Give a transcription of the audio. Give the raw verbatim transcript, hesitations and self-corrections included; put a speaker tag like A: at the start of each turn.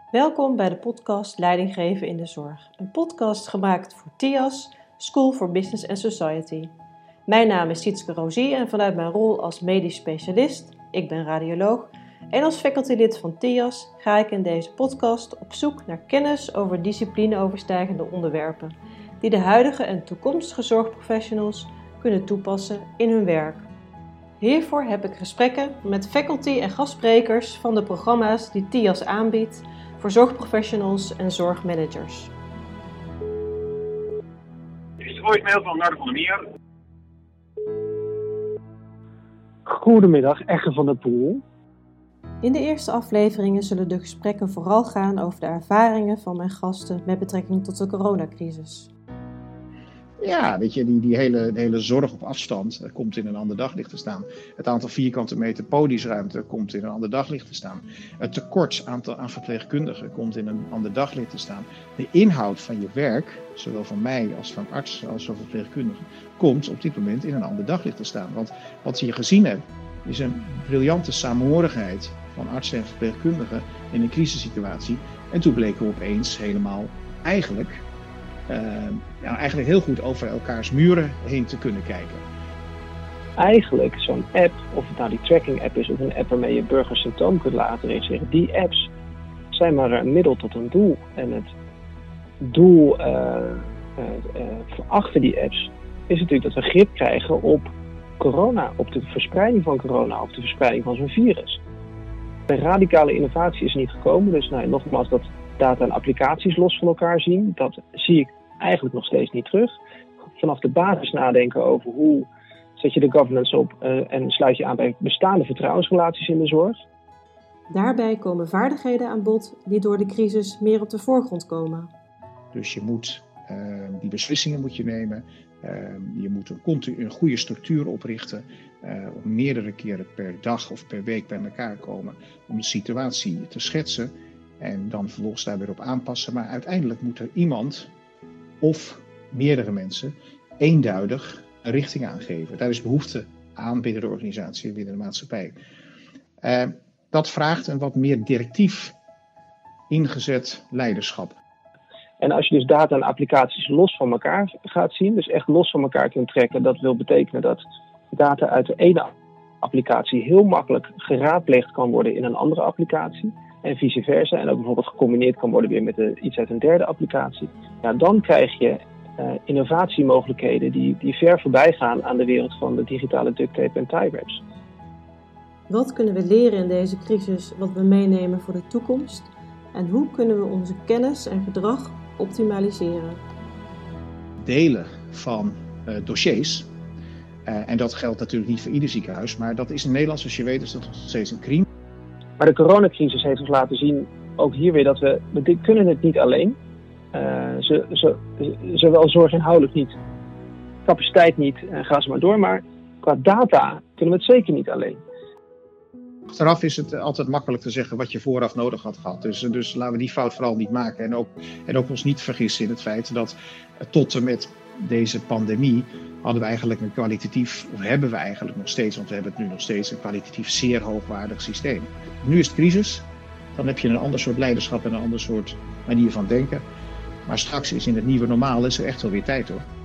A: Welkom bij de podcast Leiding geven in de zorg. Een podcast gemaakt voor T I A S, School for Business and Society. Mijn naam is Sietske Rosie en vanuit mijn rol als medisch specialist, ik ben radioloog, en als facultylid van T I A S ga ik in deze podcast op zoek naar kennis over disciplineoverstijgende onderwerpen die de huidige en toekomstige zorgprofessionals kunnen toepassen in hun werk. Hiervoor heb ik gesprekken met faculty en gastsprekers van de programma's die T I A S aanbiedt voor zorgprofessionals en zorgmanagers.
B: Dit is de voicemail van Narde van der Meer.
C: Goedemiddag, Egge van der Poel.
A: In de eerste afleveringen zullen de gesprekken vooral gaan over de ervaringen van mijn gasten met betrekking tot de coronacrisis.
D: Ja, weet je, die, die hele, de hele zorg op afstand uh, komt in een ander daglicht te staan. Het aantal vierkante meter podiumsruimte komt in een ander daglicht te staan. Het tekort aantal aan verpleegkundigen komt in een ander daglicht te staan. De inhoud van je werk, zowel van mij als van artsen als van verpleegkundigen, komt op dit moment in een ander daglicht te staan. Want wat je gezien hebt, is een briljante samenhorigheid van artsen en verpleegkundigen in een crisissituatie. En toen bleken we opeens helemaal eigenlijk... Uh, ja, eigenlijk heel goed over elkaars muren heen te kunnen kijken.
C: Eigenlijk zo'n app, of het nou die tracking app is of een app waarmee je burgers symptoom kunt laten registreren, die apps zijn maar een middel tot een doel. En het doel uh, uh, uh, achter die apps is natuurlijk dat we grip krijgen op corona, op de verspreiding van corona, op de verspreiding van zo'n virus. Een radicale innovatie is niet gekomen, dus nou, nogmaals dat data en applicaties los van elkaar zien, dat zie ik eigenlijk nog steeds niet terug. Vanaf de basis nadenken over hoe zet je de governance op uh, en sluit je aan bij bestaande vertrouwensrelaties in de zorg.
A: Daarbij komen vaardigheden aan bod die door de crisis meer op de voorgrond komen.
D: Dus je moet uh, die beslissingen moet je nemen. Uh, je moet een, continu, een goede structuur oprichten. Uh, om meerdere keren per dag of per week bij elkaar komen om de situatie te schetsen. En dan vervolgens daar weer op aanpassen. Maar uiteindelijk moet er iemand of meerdere mensen eenduidig een richting aangeven. Daar is behoefte aan binnen de organisatie en binnen de maatschappij. Uh, dat vraagt een wat meer directief ingezet leiderschap.
C: En als je dus data en applicaties los van elkaar gaat zien, dus echt los van elkaar kunt trekken, dat wil betekenen dat data uit de ene applicatie heel makkelijk geraadpleegd kan worden in een andere applicatie. En vice versa. En ook bijvoorbeeld gecombineerd kan worden weer met de, iets uit een derde applicatie. Ja, dan krijg je uh, innovatiemogelijkheden die, die ver voorbij gaan aan de wereld van de digitale duct tape en tie wraps.
A: Wat kunnen we leren in deze crisis wat we meenemen voor de toekomst? En hoe kunnen we onze kennis en gedrag optimaliseren?
D: Delen van uh, dossiers. Uh, en dat geldt natuurlijk niet voor ieder ziekenhuis. Maar dat is in Nederland, zoals je weet, is dat nog steeds een crime.
C: Maar de coronacrisis heeft ons laten zien, ook hier weer, dat we, we kunnen het niet alleen. Uh, zo, zo, zowel zorginhoudelijk niet, capaciteit niet, en ga ze maar door. Maar qua data kunnen we het zeker niet alleen.
D: Achteraf is het altijd makkelijk te zeggen wat je vooraf nodig had gehad. Dus, dus laten we die fout vooral niet maken. En ook, en ook ons niet vergissen in het feit dat tot en met deze pandemie hadden we eigenlijk een kwalitatief, of hebben we eigenlijk nog steeds, want we hebben het nu nog steeds, een kwalitatief zeer hoogwaardig systeem. Nu is het crisis, dan heb je een ander soort leiderschap en een ander soort manier van denken. Maar straks is in het nieuwe normaal is er echt wel weer tijd hoor.